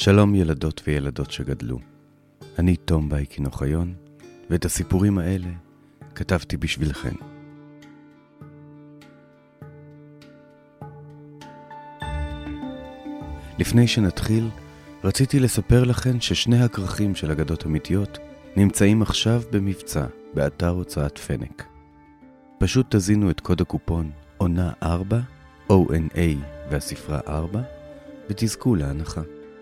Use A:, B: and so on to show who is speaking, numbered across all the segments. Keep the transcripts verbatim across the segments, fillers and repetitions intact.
A: שלום ילדות וילדות שגדלו. אני תום בייקין אוחיון, ואת הסיפורים האלה כתבתי בשבילכם. לפני שנתחיל, רציתי לספר לכם ששני הכרכים של אגדות אמיתיות נמצאים עכשיו במבצע באתר הוצאת פנק. פשוט תזינו את קוד הקופון עונה ארבע, או אן איי והספרה ארבע, ותזכו להנחה.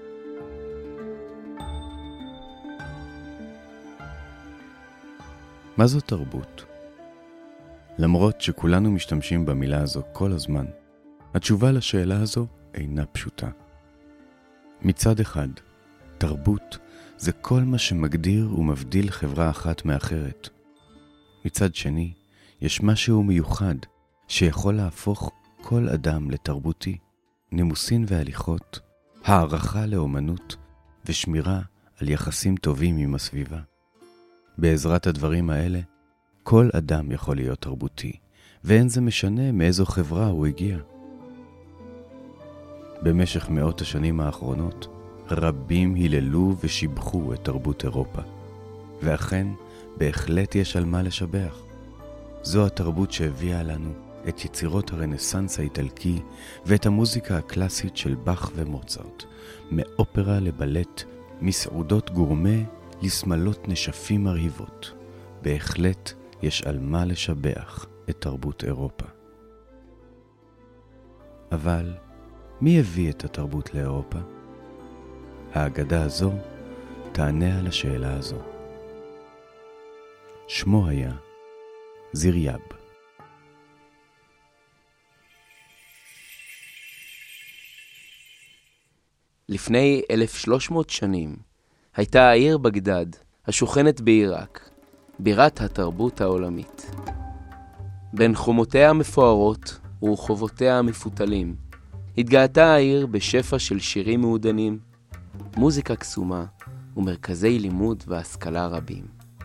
A: מה זו תרבות? למרות שכולנו משתמשים במילה הזו כל הזמן, התשובה לשאלה הזו אינה פשוטה. מצד אחד, תרבות זה כל מה שמגדיר ומבדיל חברה אחת מאחרת. מצד שני, יש משהו מיוחד שיכול להפוך כל אדם לתרבותי, נימוסין והליכות, הערכה לאומנות ושמירה על יחסים טובים עם הסביבה. בעזרת הדברים האלה, כל אדם יכול להיות תרבותי, ואין זה משנה מאיזו חברה הוא הגיע. במשך מאות השנים האחרונות, רבים היללו ושיבחו את תרבות אירופה. ואכן, בהחלט יש על מה לשבח. זו התרבות שהביאה לנו את יצירות הרנסנס האיטלקי ואת המוזיקה הקלאסית של באך ומוצרט, מאופרה לבלט, מסעודות גורמה לסמלות נשפים מרהיבות. בהחלט יש על מה לשבח את תרבות אירופה. אבל מי הביא את התרבות לאירופה? האגדה הזו תענה על השאלה הזו. שמו היה זיריאב.
B: לפני אלף ושלוש מאות שנים הייתה העיר בגדד, השוכנת בעיראק, בירת התרבות העולמית. בין חומותיה המפוארות ורחובותיה המפותלים, התגאתה העיר בשפע של שירים מעודנים, מוזיקה קסומה ומרכזי לימוד והשכלה רבים.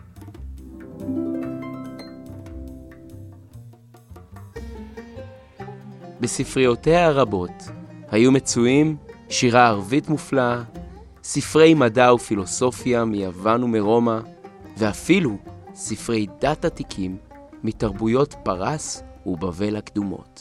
B: בספריותיה הרבות היו מצויים שירה ערבית מופלאה, ספרי מדע ופילוסופיה מיוון ומרומא, ואפילו ספרי דת עתיקים מתרבויות פרס ובבל הקדומות.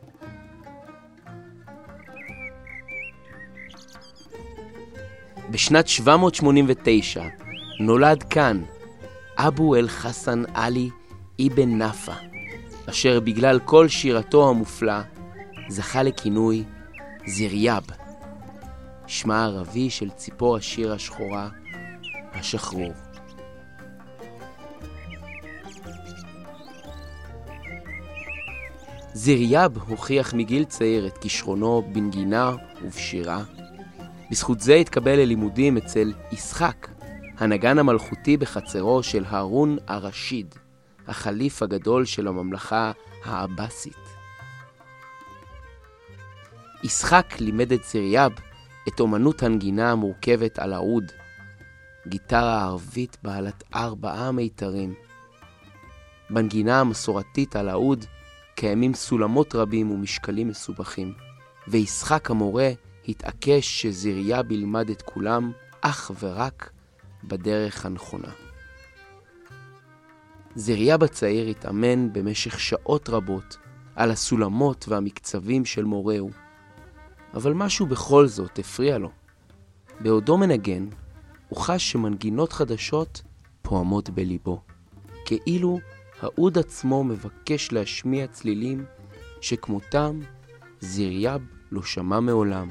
B: בשנת שבע מאות שמונים ותשע נולד כאן אבו אל חסן עלי אבן נפה, אשר בגלל כל שירתו המופלא זכה לכינוי זיריאב, שמה הערבי של ציפור השיר השחורה, השחרור. זיריאב הוכיח מגיל צעיר את כישרונו בנגינה ובשירה. בזכות זה התקבל ללימודים אצל ישחק, הנגן המלכותי בחצרו של הרון הרשיד, החליף הגדול של הממלכה העבאסית. ישחק לימד את זיריאב את אומנות הנגינה המורכבת על העוד, גיטרה ערבית בעלת ארבעה מיתרים. בנגינה המסורתית על העוד קיימים סולמות רבים ומשקלים מסובכים, וישחק המורה התעקש שזיריאב ילמד את כולם אך ורק בדרך הנכונה. זיריאב הצעיר התאמן במשך שעות רבות על הסולמות והמקצבים של מורהו, אבל משהו בכל זאת הפריע לו. בעודו מנגן, הוא חש שמנגינות חדשות פועמות בליבו, כאילו העוד עצמו מבקש להשמיע צלילים שכמותם זיריאב לא שמע מעולם.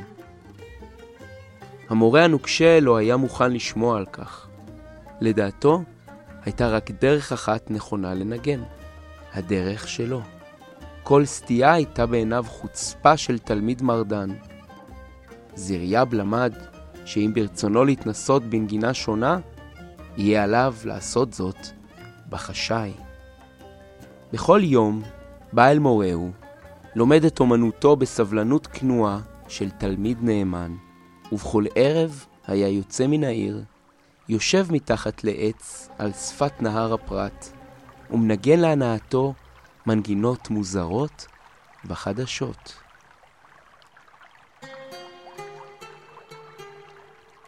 B: המורה הנוקשה לא היה מוכן לשמוע על כך. לדעתו, הייתה רק דרך אחת נכונה לנגן, הדרך שלו. כל סטייה הייתה בעיניו חוצפה של תלמיד מרדן. זיריאב למד שאם ברצונו להתנסות בנגינה שונה, יהיה עליו לעשות זאת בחשאי. בכל יום בא אל מורהו, לומד את אומנותו בסבלנות כנועה של תלמיד נאמן, ובכל ערב היה יוצא מן העיר, יושב מתחת לעץ על שפת נהר הפרת, ומנגן להנאתו מנגינות מוזרות וחדשות.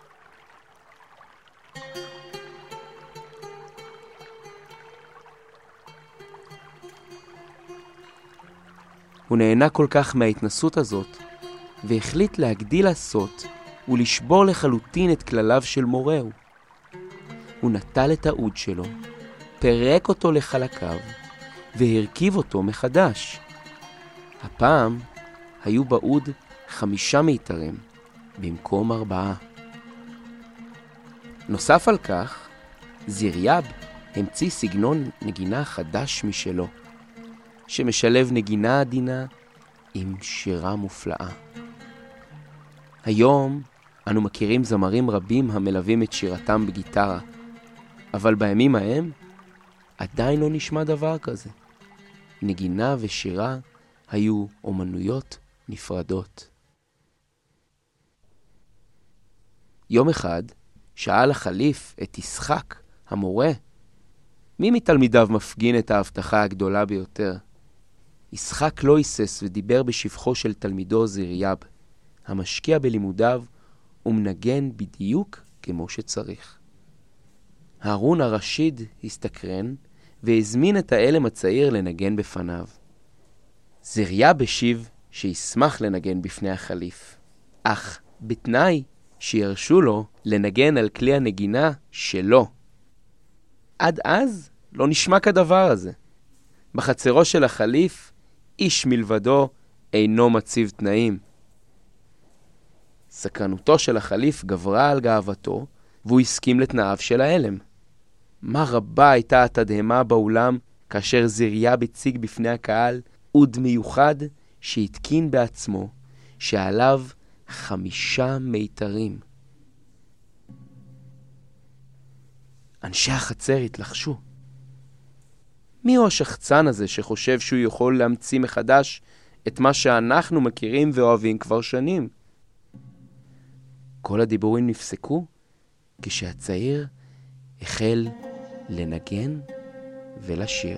B: הוא נהנה כל כך מההתנסות הזאת, והחליט להגדיל לעשות ולשבור לחלוטין את כלליו של מורהו. הוא נטל את העוד שלו, פרק אותו לחלקיו, והרכיב אותו מחדש. הפעם היו בעוד חמישה מיתרים, במקום ארבעה. נוסף על כך, זיריאב המציא סגנון נגינה חדש משלו, שמשלב נגינה עדינה עם שירה מופלאה. היום אנו מכירים זמרים רבים המלווים את שירתם בגיטרה, אבל בימים ההם עדיין לא נשמע דבר כזה. נגינה ושירה היו אומנויות נפרדות. יום אחד שאל החליף את ישחק, המורה, מי מתלמידיו מפגין את ההבטחה הגדולה ביותר? ישחק לא היסס ודיבר בשבחו של תלמידו זיריאב, המשקיע בלימודיו ומנגן בדיוק כמו שצריך. הרון הרשיד הסתקרן והזמין את האלם הצעיר לנגן בפניו. זיריאב השיב שישמח לנגן בפני החליף, אך בתנאי שירשו לו לנגן על כלי הנגינה שלו. עד אז לא נשמע כדבר הזה. בחצרו של החליף איש מלבדו אינו מציב תנאים. סקרנותו של החליף גברה על גאוותו, והוא הסכים לתנאיו של האלם. מה רבה הייתה התדהמה באולם כאשר זיריאב הציג בפני הקהל עוד מיוחד שהתקין בעצמו, שעליו חמישה מיתרים. אנשי החצר התלחשו. מי הוא השחצן הזה שחושב שהוא יכול להמציא מחדש את מה שאנחנו מכירים ואוהבים כבר שנים? כל הדיבורים נפסקו כשהצעיר החל לנגן ולשיר.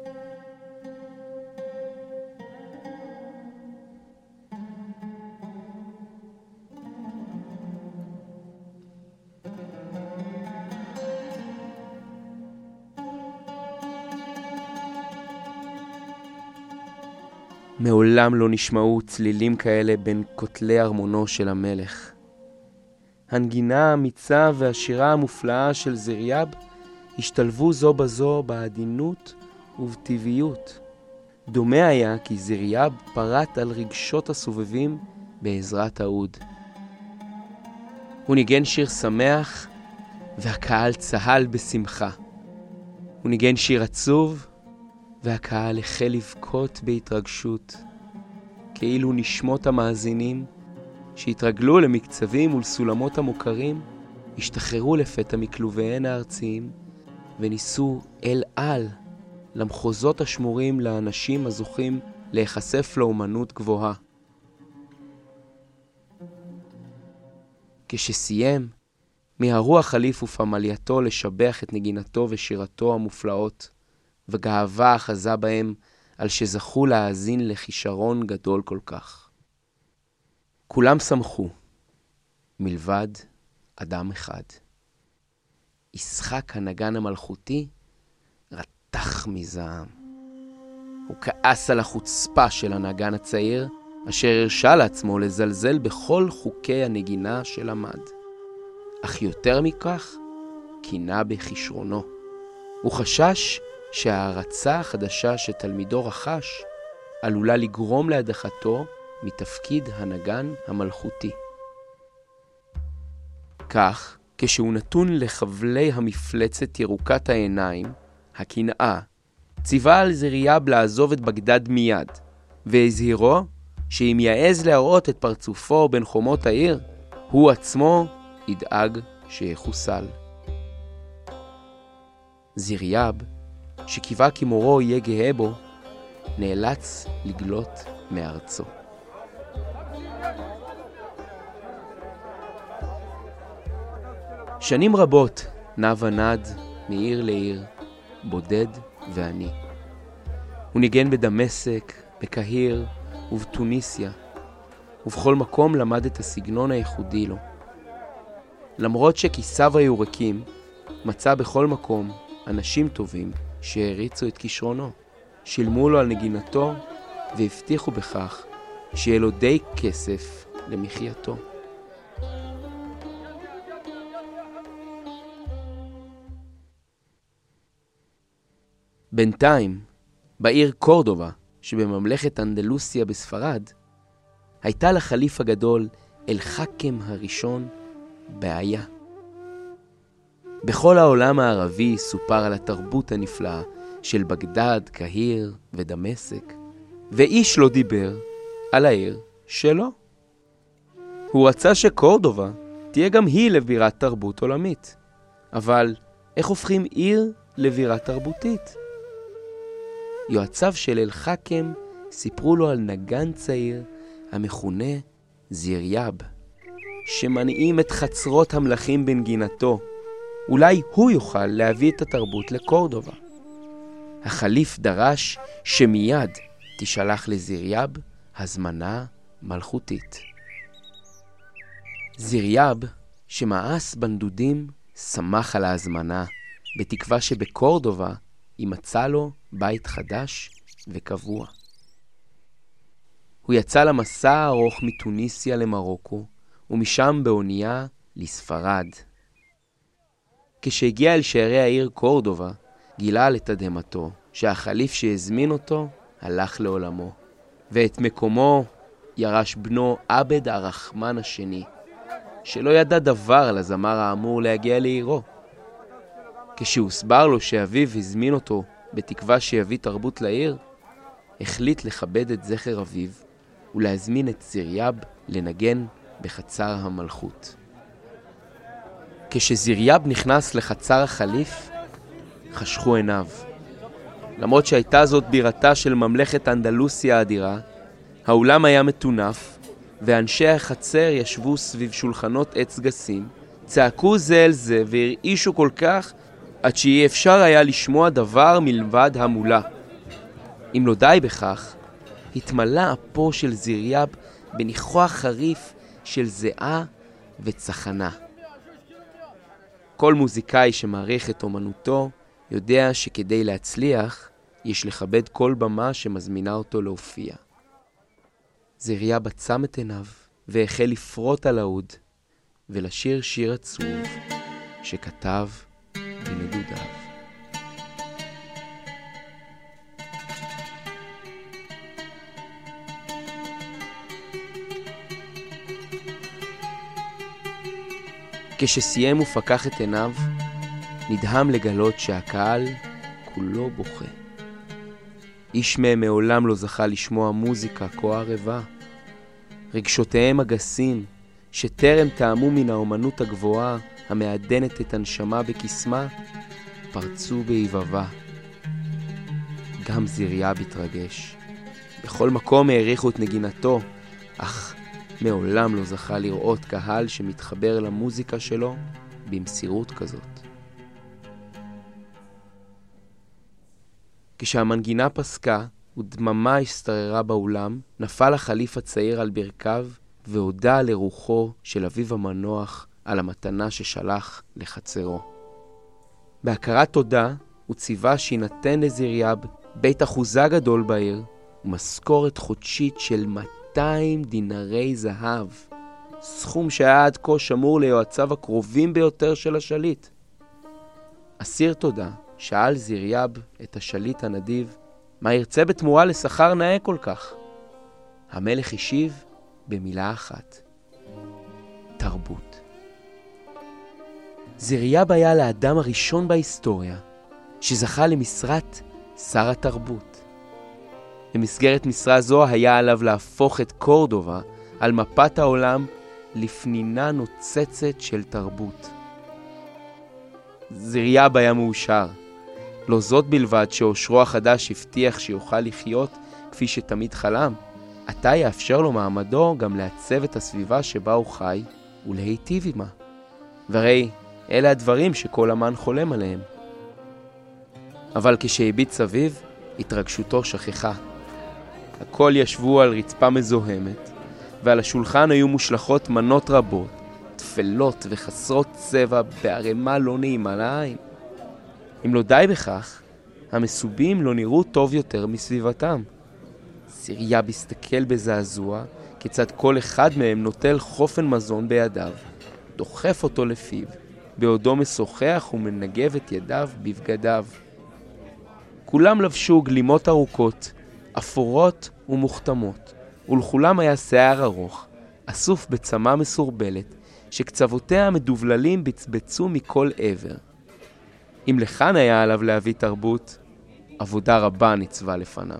B: מעולם לא נשמעו צלילים כאלה בין כותלי ארמונו של המלך. הנגינה האמיצה והשירה המופלאה של זיריאב השתלבו זו בזו בעדינות ובטבעיות. דומה היה כי זיריאב פרט על רגשות הסובבים בעזרת העוד. הוא ניגן שיר שמח והקהל צהל בשמחה. הוא ניגן שיר עצוב והקהל החל לבכות בהתרגשות, כאילו נשמות המאזינים שהתרגלו למקצבים ולסולמות המוכרים, השתחררו לפתע מכלוביהן הארציים וניסו אל על למחוזות השמורים לאנשים הזוכים להיחשף לאומנות גבוהה. כשסיים, מיהרו החליף ופמלייתו לשבח את נגינתו ושירתו המופלאות, וגאווה אחזה בהם על שזכו להאזין לכישרון גדול כל כך. כולם שמחו, מלבד אדם אחד. ישחק הנגן המלכותי רתח מזעם. הוא כעס על החוצפה של הנגן הצעיר, אשר הרשה לעצמו לזלזל בכל חוקי הנגינה שלמד. אך יותר מכך, קינה בכישרונו. הוא חשש שההרצה החדשה שתלמידו רכש עלולה לגרום להדחתו מתפקיד הנגן המלכותי. כך, כשהוא נתון לחבלי המפלצת ירוקת העיניים, הקנאה, ציווה על זיריאב לעזוב את בגדד מיד, והזהירו שאם יעז להראות את פרצופו בין חומות העיר, הוא עצמו ידאג שיחוסל. זיריאב, שקיווה כי מורו יהיה גאה בו, נאלץ לגלות מארצו. שנים רבות נע ונד מעיר לעיר, בודד ועני. הוא ניגן בדמשק, בקהיר ובטוניסיה, ובכל מקום למד את הסגנון הייחודי לו. למרות שכיסיו היו ריקים, מצא בכל מקום אנשים טובים שהריצו את כישרונו, שילמו לו על נגינתו והבטיחו בכך שיהיה לו די כסף למחייתו. בינתיים, בעיר קורדובה שבממלכת אנדלוסיה בספרד, הייתה לחליף הגדול אל-חכם הראשון בעיה. בכל העולם הערבי סופר על התרבות הנפלאה של בגדד, קהיר ודמשק, ואיש לא דיבר על העיר שלו. הוא רצה שקורדובה תהיה גם היא לבירת תרבות עולמית. אבל איך הופכים עיר לבירה תרבותית? יועציו של אל-חכם סיפרו לו על נגן צעיר המכונה זיריאב, שמנעים את חצרות המלכים בנגינתו. אולי הוא יוכל להביא את התרבות לקורדובה. החליף דרש שמיד תשלח לזיריאב הזמנה מלכותית. זיריאב, שמאס בנדודים, שמח על ההזמנה, בתקווה שבקורדובה יימצא לו בית חדש וקבוע. הוא יצא למסע הארוך מתוניסיה למרוקו, ומשם באונייה לספרד. כשהגיע אל שערי העיר קורדובה, גילה לתדהמתו שהחליף שהזמין אותו הלך לעולמו, ואת מקומו ירש בנו עבד הרחמן השני, שלא ידע דבר על הזמר האמור להגיע לעירו. כשהוסבר לו שאביו הזמין אותו בתקווה שיביא תרבות לעיר, החליט לכבד את זכר אביו ולהזמין את זיריאב לנגן בחצר המלכות. כשזיריאב נכנס לחצר החליף, חשכו עיניו. למרות שהייתה זאת בירתה של ממלכת אנדלוסיה האדירה, האולם היה מטונף, ואנשי החצר ישבו סביב שולחנות עץ גסים, צעקו זה אל זה והרעישו כל כך עד שאי אפשר היה לשמוע דבר מלבד המולה. אם לא די בכך, התמלא אפו של זיריאב בניחוח חריף של זיעה וצחנה. כל מוזיקאי שמעריך את אומנותו יודע שכדי להצליח יש לכבד כל במה שמזמינה אותו להופיע. זיריאב עצם את עיניו והחל לפרוט על העוד ולשיר שיר עצוב שכתב בנדודיו. כשסיים ופקח את עיניו, נדהם לגלות שהקהל כולו בוכה. איש מהם מעולם לא זכה לשמוע מוזיקה כה ערבה. רגשותיהם הגסים, שטרם טעמו מן האומנות הגבוהה המעדנת את הנשמה בקסמה, פרצו ביבבה. גם זיריאב התרגש. בכל מקום העריכו את נגינתו, אך מעולם לא זכה לראות קהל שמתחבר למוזיקה שלו במסירות כזאת. כשהמנגינה פסקה ודממה השתררה באולם, נפל החליף הצעיר על ברכיו והודע לרוחו של אביו המנוח על המתנה ששלח לחצרו. בהכרת תודה הוא ציווה שינתן לזיריאב בית אחוזה גדול בעיר ומשכורת חודשית של מאתיים דינרי זהב, סכום שהיה עד כה שמור ליועציו הקרובים ביותר של השליט. אסיר תודה שאל זיריאב את השליט הנדיב מה ירצה בתמורה לשכר נאה כל כך. המלך השיב במילה אחת: תרבות. זיריאב היה לאדם הראשון בהיסטוריה שזכה למשרת שר התרבות. במסגרת משרה זו היה עליו להפוך את קורדובה על מפת העולם לפנינה נוצצת של תרבות. זיריאב היה מאושר. לא זאת בלבד שאושרו החדש הבטיח שיוכל לחיות כפי שתמיד חלם, עתה יאפשר לו מעמדו גם לעצב את הסביבה שבה הוא חי ולהיטיב עמה. והרי אלה הדברים שכל אמן חולם עליהם. אבל כשהביט סביב, התרגשותו שכחה. הכל ישבו על רצפה מזוהמת, ועל השולחן היו מושלכות מנות רבות, תפלות וחסרות צבע בערימה לא נעימה לעין. אם לא די בכך, המסובים לא נראו טוב יותר מסביבתם. זיריאב הסתכל בזעזוע כיצד כל אחד מהם נוטל חופן מזון בידיו, דוחף אותו לפיו, בעודו משוחח ומנגב את ידיו בבגדיו. כולם לבשו גלימות ארוכות, אפורות ומוכתמות, ולכולם היה שיער ארוך, אסוף בצמה מסורבלת, שקצוותיה המדובללים בצבצו מכל עבר. אם לכאן היה עליו להביא תרבות, עבודה רבה ניצבה לפניו.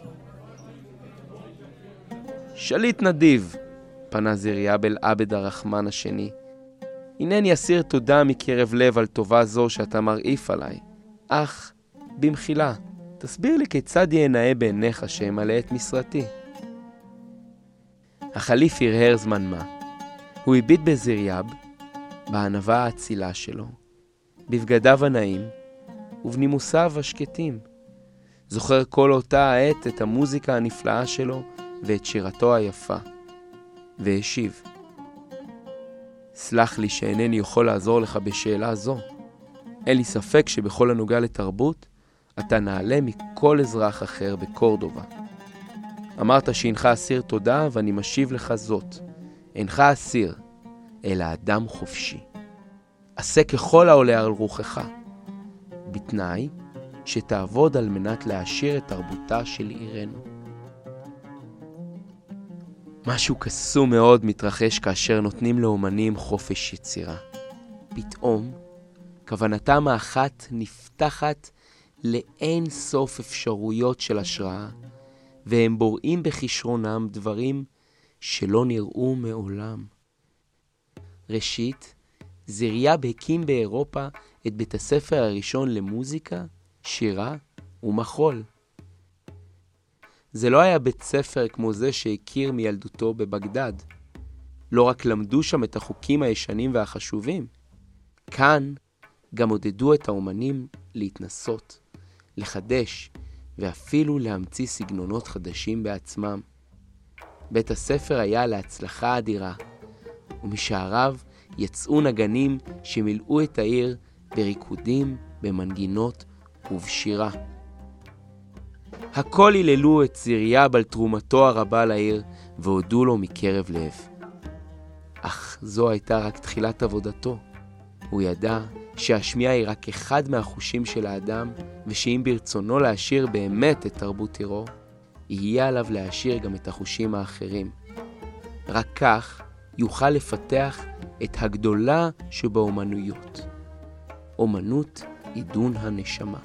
B: שליט נדיב, פנה זיריאב אל עבד הרחמן השני. הנני אסיר תודה מקרב לב על טובה זו שאתה מרעיף עליי. אך, במחילה, תסביר לי כיצד ינאה בעיניך שאמלא את משרתי. החליף הרהר זמן מה. הוא הביט בזיריאב, בענווה האצילה שלו, בבגדיו הנעים ובנימוסיו השקטים. זוכר כל אותה העת את המוזיקה הנפלאה שלו ואת שירתו היפה. והשיב, סלח לי שאינני יכול לעזור לך בשאלה זו. אין לי ספק שבכל הנוגע לתרבות, אתה נעלה מכל אזרח אחר בקורדובה. אמרת שאינך אסיר תודה, ואני משיב לך זאת. אינך אסיר, אלא אדם חופשי. עשה ככל העולה על רוחך, בתנאי שתעבוד על מנת להעשיר את תרבותה של עירנו. משהו קסום מאוד מתרחש כאשר נותנים לאומנים חופש יצירה. פתאום, כוונתם האחת נפתחת לאין סוף אפשרויות של השראה, והם בוראים בכישרונם דברים שלא נראו מעולם. ראשית, זיריאב הקים באירופה את בית הספר הראשון למוזיקה, שירה ומחול. זה לא היה בית ספר כמו זה שהכיר מילדותו בבגדד. לא רק למדו שם את החוקים הישנים והחשובים, כאן גם עודדו את האומנים להתנסות, לחדש ואפילו להמציא סגנונות חדשים בעצמם. בית הספר היה להצלחה אדירה, ומשעריו יצאו נגנים שמילאו את העיר בריקודים, במנגינות ובשירה. הכל היללו את זיריאב על תרומתו הרבה לעיר והודו לו מקרב לב. אך זו הייתה רק תחילת עבודתו. הוא ידע שהשמיעה היא רק אחד מהחושים של האדם, ושאם ברצונו להשאיר באמת את תרבות עירו, יהיה עליו להשאיר גם את החושים האחרים. רק כך יוכל לפתח את הגדולה שבאומנויות. אומנות עידון הנשמה.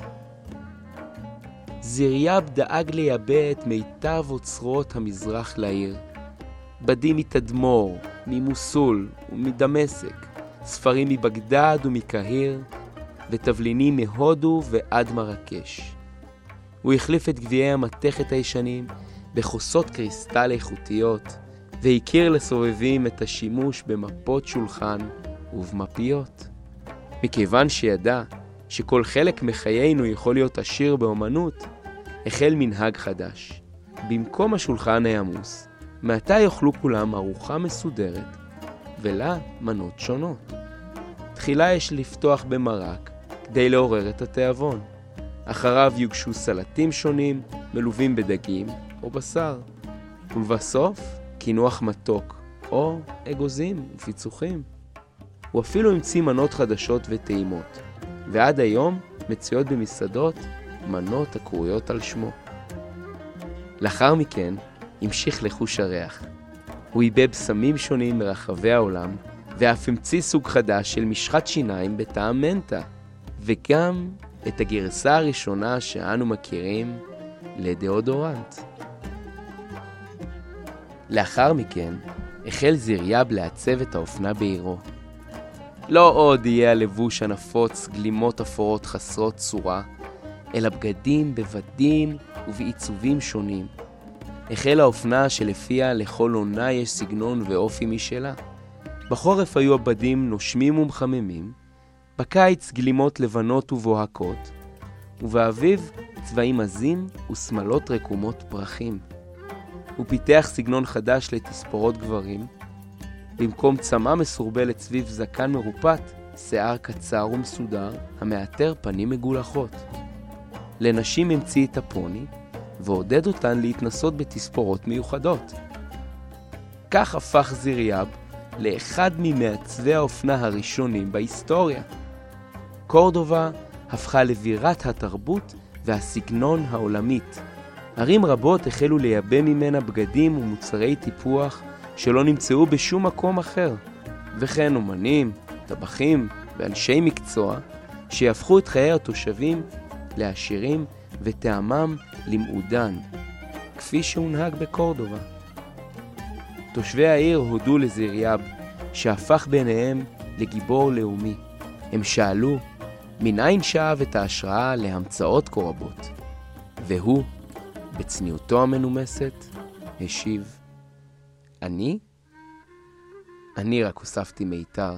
B: זיריאב דאג לייבא את מיטב אוצרות המזרח לעיר. בדים מתדמור, ממוסול ומדמשק, ספרים מבגדד ומקהיר, ותבלינים מהודו ועד מרקש. הוא החליף את גביעי המתכת הישנים בחוסות קריסטל איכותיות, והכיר לסובבים את השימוש במפות שולחן ובמפיות. מכיוון שידע שכל חלק מחיינו יכול להיות עשיר באומנות, החל מנהג חדש. במקום השולחן העמוס, מעתה יאכלו כולם ארוחה מסודרת, ולה מנות שונות. תחילה יש לפתוח במרק כדי לעורר את התיאבון. אחריו יוגשו סלטים שונים, מלווים בדגים או בשר. ולבסוף, קינוח מתוק או אגוזים ופיצוחים. הוא אפילו המציא מנות חדשות וטעימות, ועד היום מצויות במסעדות מנות הקרויות על שמו. לאחר מכן המשיך לחוש הריח. הוא איבב בשמים שונים מרחבי העולם, ואף המציא סוג חדש של משחת שיניים בטעם מנטה, וגם את הגרסה הראשונה שאנו מכירים לדאודורנט. לאחר מכן החל זיריאב לעצב את האופנה בעירו. לא עוד יהיה הלבוש הנפוץ גלימות אפורות חסרות צורה, אלא בגדים בבדים ובעיצובים שונים. החלה האופנה שלפיה לכל עונה יש סגנון ואופי משלה. בחורף היו הבדים נושמים ומחממים, בקיץ גלימות לבנות ובוהקות, ובאביב צבעים עזים ושמלות רקומות פרחים. הוא פיתח סגנון חדש לתספורות גברים, במקום צמה מסורבלת סביב זקן מרופט, שיער קצר ומסודר, המאתר פנים מגולחות. לנשים המציא את הפוני, ועודד אותן להתנסות בתספורות מיוחדות. כך הפך זיריאב לאחד ממעצבי האופנה הראשונים בהיסטוריה. קורדובה הפכה לבירת התרבות והסגנון העולמית. ערים רבות החלו לייבא ממנה בגדים ומוצרי טיפוח שלא נמצאו בשום מקום אחר, וכן אומנים, טבחים ואנשי מקצוע שיהפכו את חיי התושבים לעשירים וטעמם למעודן, כפי שהונהג בקורדובה. תושבי העיר הודו לזיריאב, שהפך ביניהם לגיבור לאומי. הם שאלו, מניין שאב את ההשראה להמצאות כה רבות? והוא, בצניעותו המנומסת, השיב, אני? אני רק הוספתי מיתר.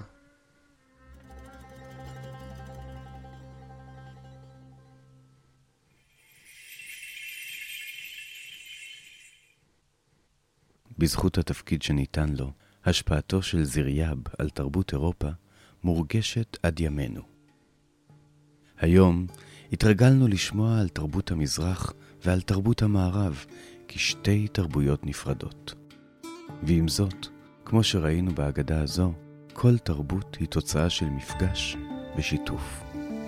A: בזכות התפקיד שניתן לו, השפעתו של זיריאב על תרבות אירופה מורגשת עד ימינו. היום התרגלנו לשמוע על תרבות המזרח ועל תרבות המערב כשתי תרבויות נפרדות. ועם זאת, כמו שראינו בהגדה הזו, כל תרבות היא תוצאה של מפגש ושיתוף.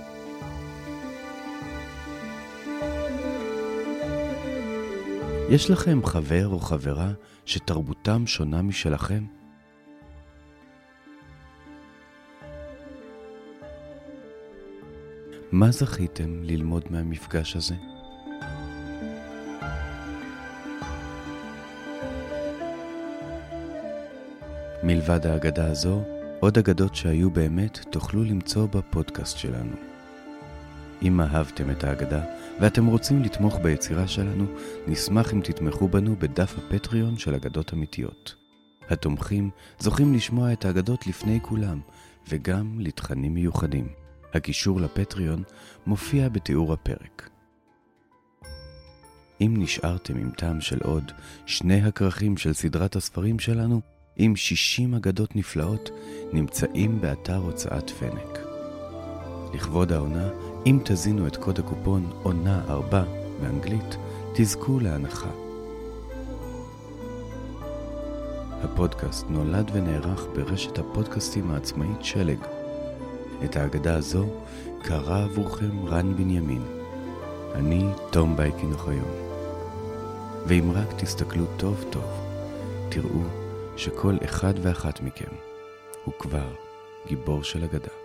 A: יש לכם חבר או חברה שתרבותם שונה משלכם? מה זכיתם ללמוד מהמפגש הזה? מלבד ההגדה הזו, עוד אגדות שהיו באמת תוכלו למצוא בפודקאסט שלנו. אם אהבתם את ההגדה ואתם רוצים לתמוך ביצירה שלנו, נשמח אם תתמכו בנו בדף הפטריון של אגדות אמיתיות. התומכים זוכים לשמוע את האגדות לפני כולם, וגם לתכנים מיוחדים. הקישור לפטריון מופיע בתיאור הפרק. אם נשארתם עם טעם של עוד, שני הכרכים של סדרת הספרים שלנו, עם שישים אגדות נפלאות, נמצאים באתר הוצאת פנק. לכבוד העונה, אם תזינו את קוד הקופון עונה ארבע באנגלית, תזכו להנחה. הפודקאסט נולד ונערך ברשת הפודקאסטים העצמאית שלג. את ההגדה הזו קרא עבורכם רן בנימין. אני תום בייקין אוחיון. ואם רק תסתכלו טוב טוב, תראו שכל אחד ואחת מכם הוא כבר גיבור של אגדה.